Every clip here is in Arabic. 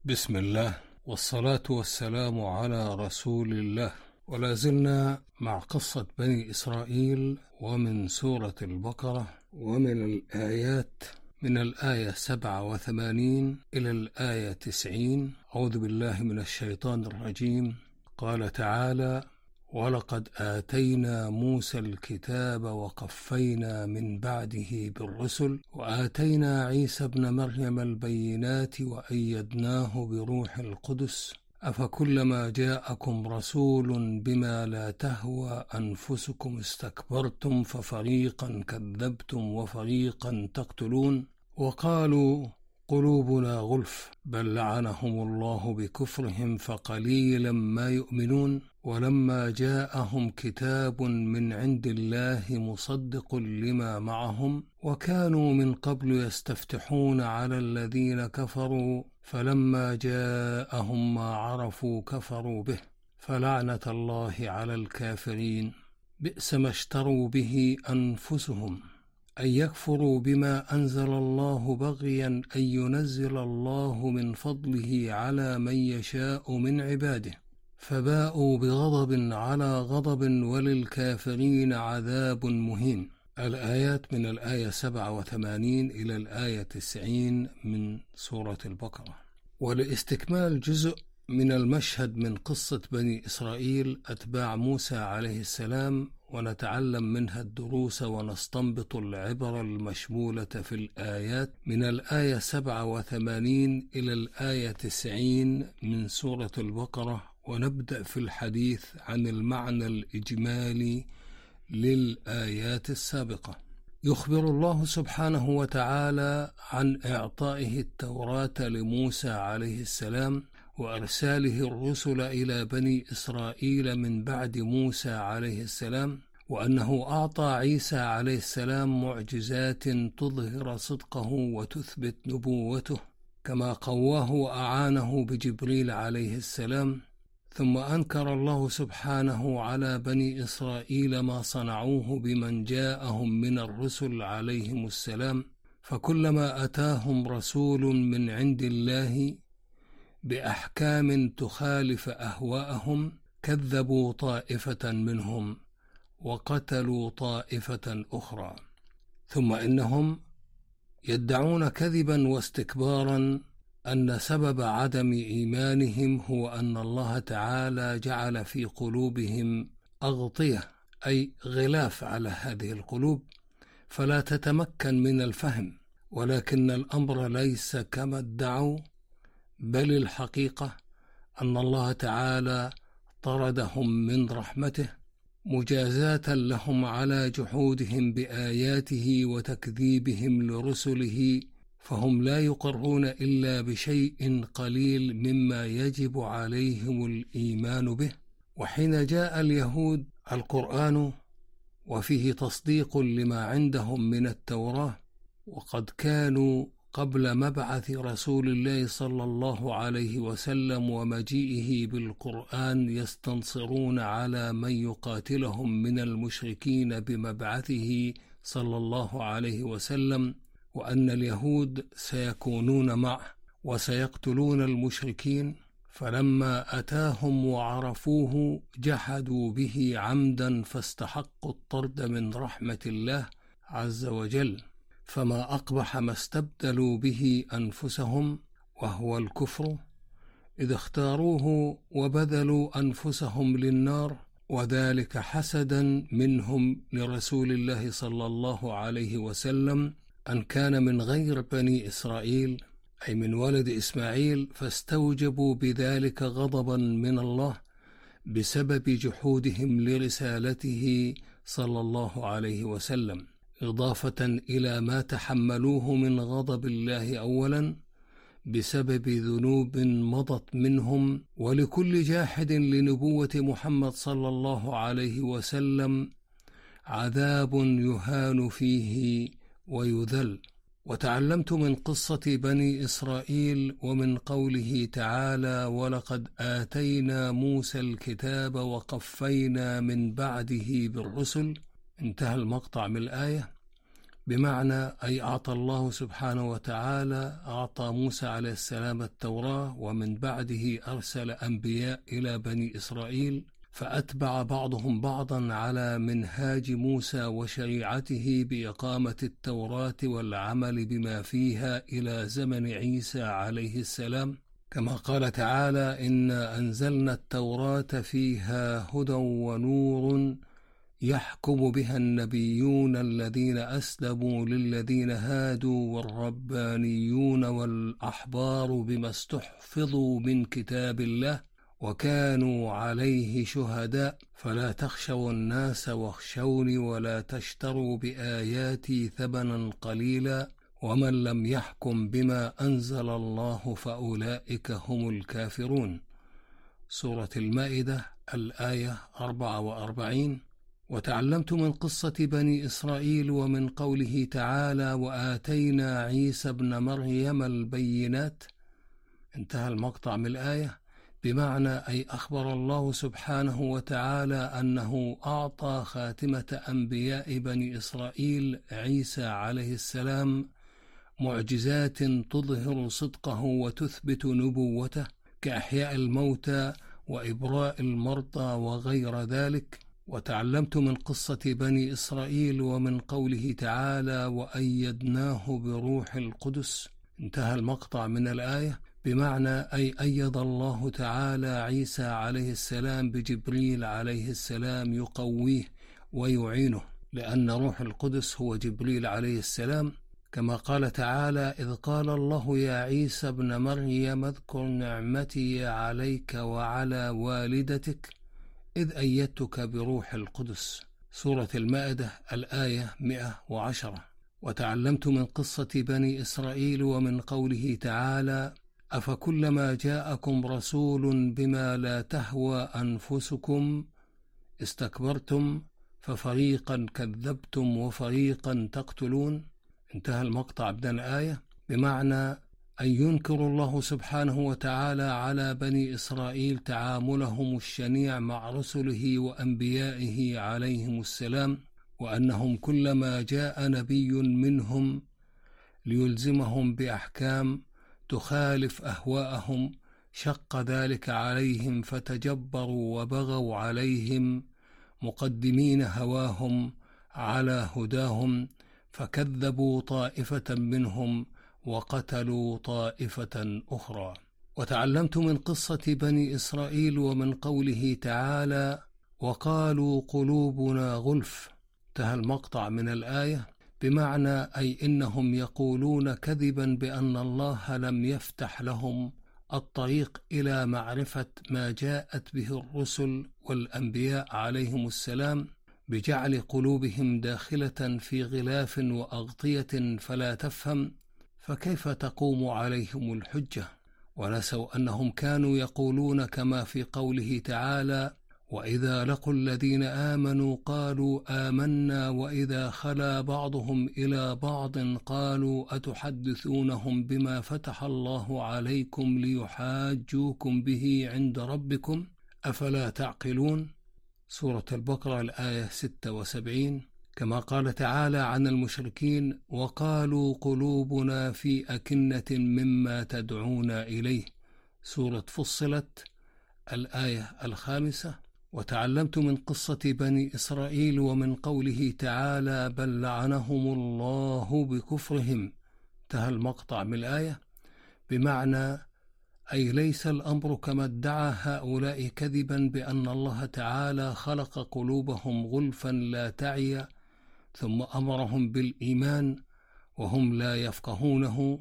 بسم الله والصلاة والسلام على رسول الله. ولا زلنا مع قصة بني إسرائيل ومن سورة البقرة ومن الآيات من الآية 87 إلى الآية 90. أعوذ بالله من الشيطان الرجيم. قال تعالى: ولقد آتينا موسى الكتاب وقفينا من بعده بالرسل وآتينا عيسى ابن مريم البينات وأيدناه بروح القدس أفكلما جاءكم رسول بما لا تهوى أنفسكم استكبرتم ففريقا كذبتم وفريقا تقتلون وقالوا قلوبنا غلف بل لعنهم الله بكفرهم فقليلا ما يؤمنون ولما جاءهم كتاب من عند الله مصدق لما معهم وكانوا من قبل يستفتحون على الذين كفروا فلما جاءهم ما عرفوا كفروا به فلعنة الله على الكافرين بئس ما اشتروا به أنفسهم أن يكفروا بما أنزل الله بغيا أن ينزل الله من فضله على من يشاء من عباده فباءوا بغضب على غضب وللكافرين عذاب مهين. الآيات من الآية 87 إلى الآية 90 من سورة البقرة. ولاستكمال جزء من المشهد من قصة بني إسرائيل أتباع موسى عليه السلام ونتعلم منها الدروس ونستنبط العبر المشمولة في الآيات من الآية 87 إلى الآية 90 من سورة البقرة، ونبدأ في الحديث عن المعنى الإجمالي للآيات السابقة. يخبر الله سبحانه وتعالى عن إعطائه التوراة لموسى عليه السلام وأرساله الرسل إلى بني إسرائيل من بعد موسى عليه السلام، وأنه أعطى عيسى عليه السلام معجزات تظهر صدقه وتثبت نبوته كما قواه وأعانه بجبريل عليه السلام. ثم أنكر الله سبحانه على بني إسرائيل ما صنعوه بمن جاءهم من الرسل عليهم السلام، فكلما أتاهم رسول من عند الله بأحكام تخالف أهواءهم كذبوا طائفة منهم وقتلوا طائفة أخرى. ثم إنهم يدعون كذبا واستكبارا أن سبب عدم إيمانهم هو أن الله تعالى جعل في قلوبهم أغطية أي غلاف على هذه القلوب فلا تتمكن من الفهم، ولكن الأمر ليس كما ادعوا، بل الحقيقة أن الله تعالى طردهم من رحمته مجازاة لهم على جحودهم بآياته وتكذيبهم لرسله، فهم لا يقرون إلا بشيء قليل مما يجب عليهم الإيمان به. وحين جاء اليهود القرآن وفيه تصديق لما عندهم من التوراة، وقد كانوا قبل مبعث رسول الله صلى الله عليه وسلم ومجيئه بالقرآن يستنصرون على من يقاتلهم من المشركين بمبعثه صلى الله عليه وسلم، وأن اليهود سيكونون معه وسيقتلون المشركين، فلما أتاهم وعرفوه جحدوا به عمدا فاستحقوا الطرد من رحمة الله عز وجل. فما أقبح ما استبدلوا به أنفسهم وهو الكفر، إذ اختاروه وبذلوا أنفسهم للنار، وذلك حسدا منهم لرسول الله صلى الله عليه وسلم أن كان من غير بني إسرائيل أي من ولد إسماعيل، فاستوجبوا بذلك غضبا من الله بسبب جحودهم لرسالته صلى الله عليه وسلم، إضافة إلى ما تحملوه من غضب الله أولا بسبب ذنوب مضت منهم. ولكل جاحد لنبوة محمد صلى الله عليه وسلم عذاب يهان فيه ويذل. وتعلمت من قصة بني إسرائيل ومن قوله تعالى: ولقد آتينا موسى الكتاب وقفينا من بعده بالرسل، انتهى المقطع من الآية، بمعنى أي أعطى الله سبحانه وتعالى أعطى موسى عليه السلام التوراة، ومن بعده أرسل أنبياء إلى بني إسرائيل، فأتبع بعضهم بعضا على منهاج موسى وشريعته بإقامة التوراة والعمل بما فيها إلى زمن عيسى عليه السلام، كما قال تعالى: إنا أنزلنا التوراة فيها هدى ونور يحكم بها النبيون الذين أسلموا للذين هادوا والربانيون والأحبار بما استحفظوا من كتاب الله وكانوا عليه شهداء فلا تخشوا الناس واخشوني ولا تشتروا بآياتي ثمنا قليلا ومن لم يحكم بما أنزل الله فأولئك هم الكافرون. سورة المائدة الآية 44. وتعلمت من قصة بني إسرائيل ومن قوله تعالى: وآتينا عيسى ابن مريم البينات، انتهى المقطع من الآية، بمعنى أي أخبر الله سبحانه وتعالى أنه أعطى خاتمة أنبياء بني إسرائيل عيسى عليه السلام معجزات تظهر صدقه وتثبت نبوته، كإحياء الموتى وإبراء المرضى وغير ذلك. وتعلمت من قصة بني إسرائيل ومن قوله تعالى: وأيدناه بروح القدس، انتهى المقطع من الآية، بمعنى أي أيد الله تعالى عيسى عليه السلام بجبريل عليه السلام يقويه ويعينه، لأن روح القدس هو جبريل عليه السلام، كما قال تعالى: إذ قال الله يا عيسى ابن مريم اذكر نعمتي عليك وعلى والدتك إذ أيدتك بروح القدس. سورة المائدة الآية 110. وتعلمت من قصة بني إسرائيل ومن قوله تعالى: أفكلما جاءكم رسول بما لا تهوى أنفسكم استكبرتم ففريقا كذبتم وفريقا تقتلون، انتهى المقطع من الآية، بمعنى أن ينكر الله سبحانه وتعالى على بني إسرائيل تعاملهم الشنيع مع رسله وأنبيائه عليهم السلام، وأنهم كلما جاء نبي منهم ليلزمهم بأحكام تخالف أهواءهم شق ذلك عليهم فتجبروا وبغوا عليهم مقدمين هواهم على هداهم، فكذبوا طائفة منهم وقتلوا طائفة أخرى. وتعلمت من قصة بني إسرائيل ومن قوله تعالى: وقالوا قلوبنا غلف، انتهى المقطع من الآية، بمعنى أي إنهم يقولون كذبا بأن الله لم يفتح لهم الطريق إلى معرفة ما جاءت به الرسل والأنبياء عليهم السلام، بجعل قلوبهم داخلة في غلاف وأغطية فلا تفهم، فكيف تقوم عليهم الحجة؟ ونسوا أنهم كانوا يقولون كما في قوله تعالى: وإذا لقوا الذين آمنوا قالوا آمنا وإذا خلا بعضهم إلى بعض قالوا أتحدثونهم بما فتح الله عليكم ليحاجوكم به عند ربكم أفلا تعقلون. سورة البقرة الآية 76. كما قال تعالى عن المشركين: وقالوا قلوبنا في أكنة مما تدعونا إليه. سورة فصلت الآية 5. وتعلمت من قصة بني إسرائيل ومن قوله تعالى: بل لعنهم الله بكفرهم، انتهى المقطع من الآية، بمعنى أي ليس الأمر كما ادعى هؤلاء كذبا بأن الله تعالى خلق قلوبهم غلفا لا تعي ثم أمرهم بالإيمان وهم لا يفقهونه،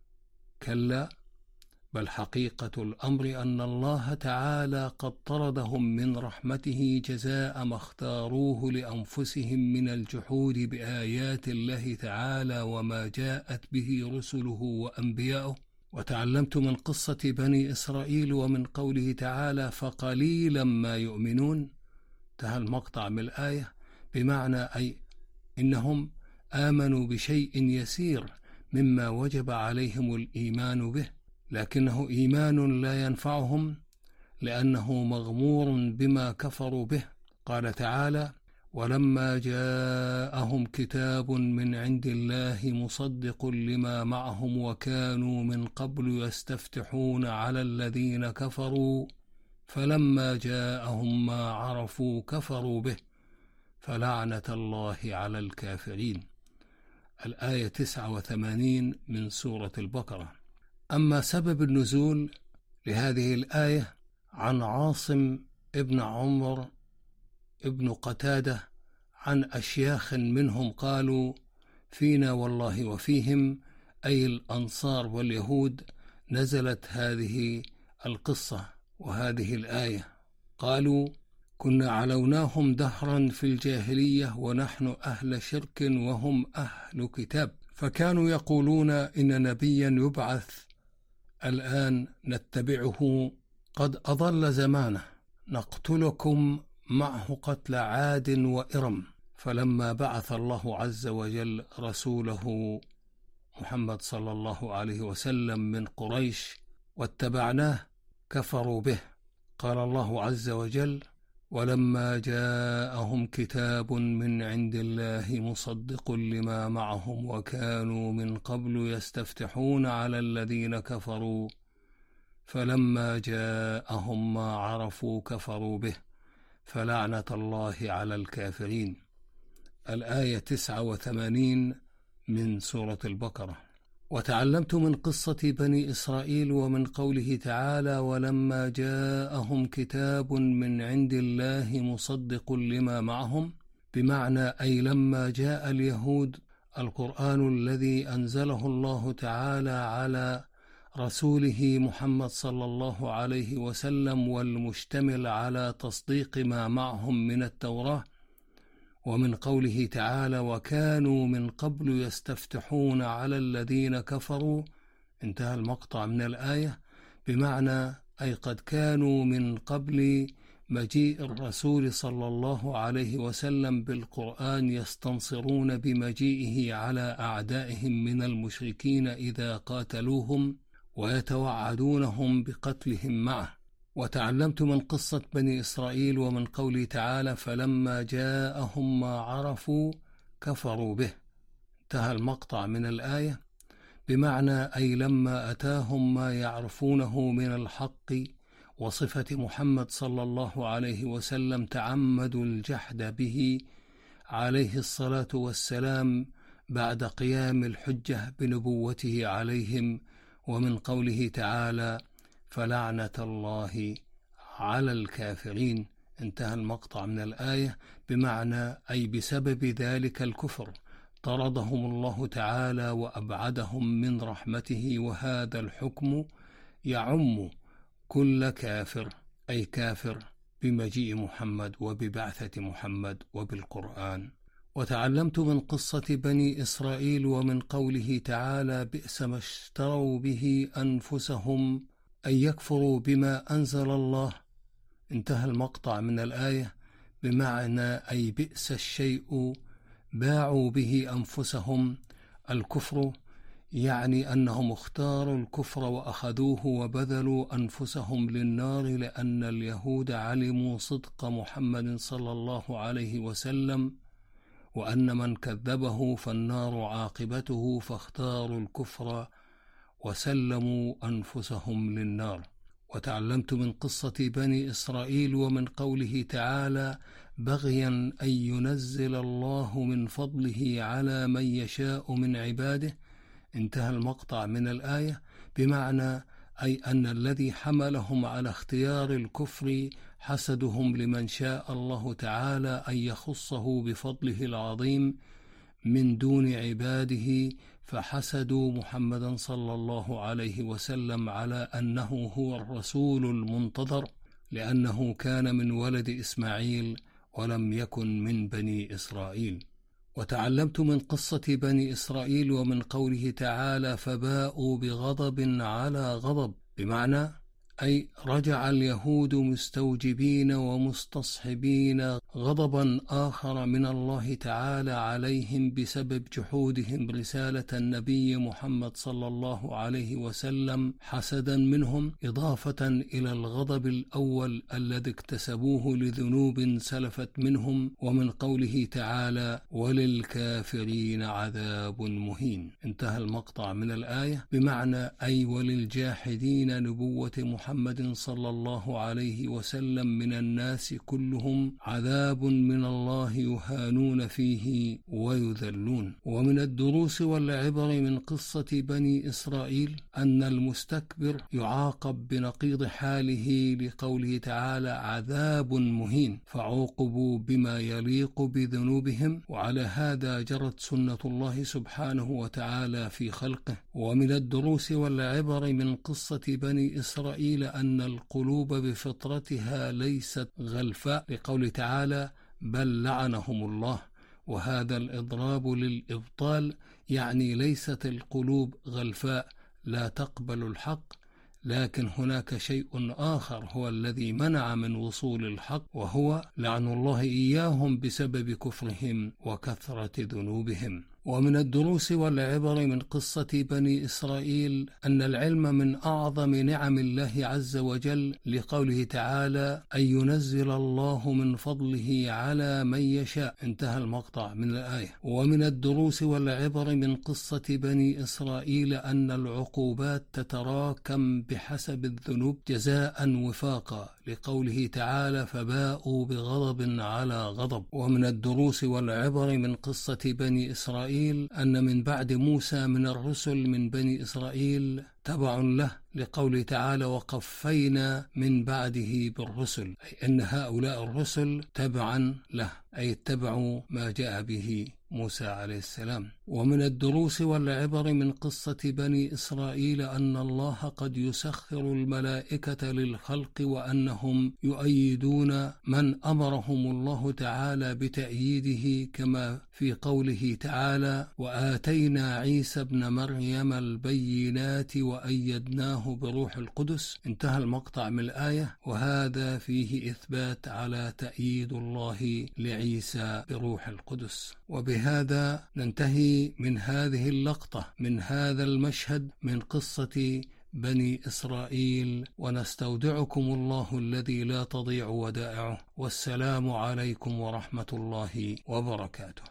كلا، بل حقيقة الأمر أن الله تعالى قد طردهم من رحمته جزاء ما اختاروه لأنفسهم من الجحود بآيات الله تعالى وما جاءت به رسله وأنبياؤه. وتعلمت من قصة بني إسرائيل ومن قوله تعالى: فقليلا ما يؤمنون، انتهى المقطع من الآية، بمعنى أي إنهم آمنوا بشيء يسير مما وجب عليهم الإيمان به، لكنه إيمان لا ينفعهم لأنه مغمور بما كفروا به. قال تعالى: ولما جاءهم كتاب من عند الله مصدق لما معهم وكانوا من قبل يستفتحون على الذين كفروا فلما جاءهم ما عرفوا كفروا به فلعنة الله على الكافرين. الآية 89 من سورة البقرة. أما سبب النزول لهذه الآية عن عاصم ابن عمر ابن قتادة عن أشياخ منهم قالوا: فينا والله وفيهم، أي الأنصار واليهود، نزلت هذه القصة وهذه الآية. قالوا: كنا علوناهم دهرا في الجاهلية ونحن أهل شرك وهم أهل كتاب، فكانوا يقولون إن نبيا يبعث الآن نتبعه، قد أضل زمانه، نقتلكم معه قتل عاد وإرم. فلما بعث الله عز وجل رسوله محمد صلى الله عليه وسلم من قريش واتبعناه كفروا به. قال الله عز وجل: ولما جاءهم كتاب من عند الله مصدق لما معهم وكانوا من قبل يستفتحون على الذين كفروا فلما جاءهم ما عرفوا كفروا به فلعنة الله على الكافرين. الآية 89 من سورة البقرة. وتعلمت من قصة بني إسرائيل ومن قوله تعالى: ولما جاءهم كتاب من عند الله مصدق لما معهم، بمعنى أي لما جاء اليهود القرآن الذي أنزله الله تعالى على رسوله محمد صلى الله عليه وسلم والمشتمل على تصديق ما معهم من التوراة. ومن قوله تعالى: وكانوا من قبل يستفتحون على الذين كفروا، انتهى المقطع من الآية، بمعنى أي قد كانوا من قبل مجيء الرسول صلى الله عليه وسلم بالقرآن يستنصرون بمجيئه على أعدائهم من المشركين إذا قاتلوهم ويتوعدونهم بقتلهم معه. وتعلمت من قصة بني إسرائيل ومن قوله تعالى: فلما جاءهم ما عرفوا كفروا به، انتهى المقطع من الآية، بمعنى أي لما أتاهم ما يعرفونه من الحق وصفة محمد صلى الله عليه وسلم تعمدوا الجحد به عليه الصلاة والسلام بعد قيام الحجة بنبوته عليهم. ومن قوله تعالى: فلعنة الله على الكافرين، انتهى المقطع من الآية، بمعنى أي بسبب ذلك الكفر طردهم الله تعالى وأبعدهم من رحمته. وهذا الحكم يعم كل كافر، أي كافر بمجيء محمد وببعثة محمد وبالقرآن. وتعلمت من قصة بني إسرائيل ومن قوله تعالى: بئس ما اشتروا به أنفسهم أن يكفروا بما أنزل الله، انتهى المقطع من الآية، بمعنى أي بئس الشيء باعوا به أنفسهم. الكفر يعني أنهم اختاروا الكفر وأخذوه وبذلوا أنفسهم للنار، لأن اليهود علموا صدق محمد صلى الله عليه وسلم وأن من كذبه فالنار عاقبته، فاختاروا الكفر وسلموا أنفسهم للنار. وتعلمت من قصة بني إسرائيل ومن قوله تعالى: بغيا أن ينزل الله من فضله على من يشاء من عباده، انتهى المقطع من الآية، بمعنى أي أن الذي حملهم على اختيار الكفر حسدهم لمن شاء الله تعالى أن يخصه بفضله العظيم من دون عباده، فحسدوا محمدا صلى الله عليه وسلم على أنه هو الرسول المنتظر، لأنه كان من ولد إسماعيل ولم يكن من بني إسرائيل. وتعلمت من قصة بني إسرائيل ومن قوله تعالى: فباءوا بغضب على غضب، بمعنى أي رجع اليهود مستوجبين ومستصحبين غضبا آخر من الله تعالى عليهم بسبب جحودهم رسالة النبي محمد صلى الله عليه وسلم حسدا منهم، إضافة إلى الغضب الأول الذي اكتسبوه لذنوب سلفت منهم، ومن قوله تعالى وللكافرين عذاب مهين. انتهى المقطع من الآية، بمعنى أي وللجاحدين نبوة محمد صلى الله عليه وسلم من الناس كلهم عذاب من الله يهانون فيه ويذلون. ومن الدروس والعبر من قصة بني إسرائيل أن المستكبر يعاقب بنقيض حاله لقوله تعالى عذاب مهين، فعوقبوا بما يليق بذنوبهم، وعلى هذا جرت سنة الله سبحانه وتعالى في خلقه. ومن الدروس والعبر من قصة بني إسرائيل أن القلوب بفطرتها ليست غلفاء لقول تعالى بل لعنهم الله، وهذا الإضراب للإبطال، يعني ليست القلوب غلفاء لا تقبل الحق، لكن هناك شيء آخر هو الذي منع من وصول الحق، وهو لعن الله إياهم بسبب كفرهم وكثرة ذنوبهم. ومن الدروس والعبر من قصة بني إسرائيل أن العلم من أعظم نعم الله عز وجل لقوله تعالى أن ينزل الله من فضله على من يشاء. انتهى المقطع من الآية. ومن الدروس والعبر من قصة بني إسرائيل أن العقوبات تتراكم بحسب الذنوب جزاء وفاقا لقوله تعالى فباءوا بغضب على غضب. ومن الدروس والعبر من قصة بني إسرائيل أن من بعد موسى من الرسل من بني إسرائيل تبع له لقوله تعالى وقفينا من بعده بالرسل، أي أن هؤلاء الرسل تبعا له، أي اتبعوا ما جاء به موسى عليه السلام. ومن الدروس والعبر من قصة بني إسرائيل أن الله قد يسخر الملائكة للخلق، وأنهم يؤيدون من أمرهم الله تعالى بتأييده، كما في قوله تعالى وآتينا عيسى ابن مريم البينات وأيدناه بروح القدس. انتهى المقطع من الآية، وهذا فيه إثبات على تأييد الله لعيسى بروح القدس. وبهذا ننتهي من هذه اللقطة من هذا المشهد من قصة بني إسرائيل، ونستودعكم الله الذي لا تضيع ودائعه، والسلام عليكم ورحمة الله وبركاته.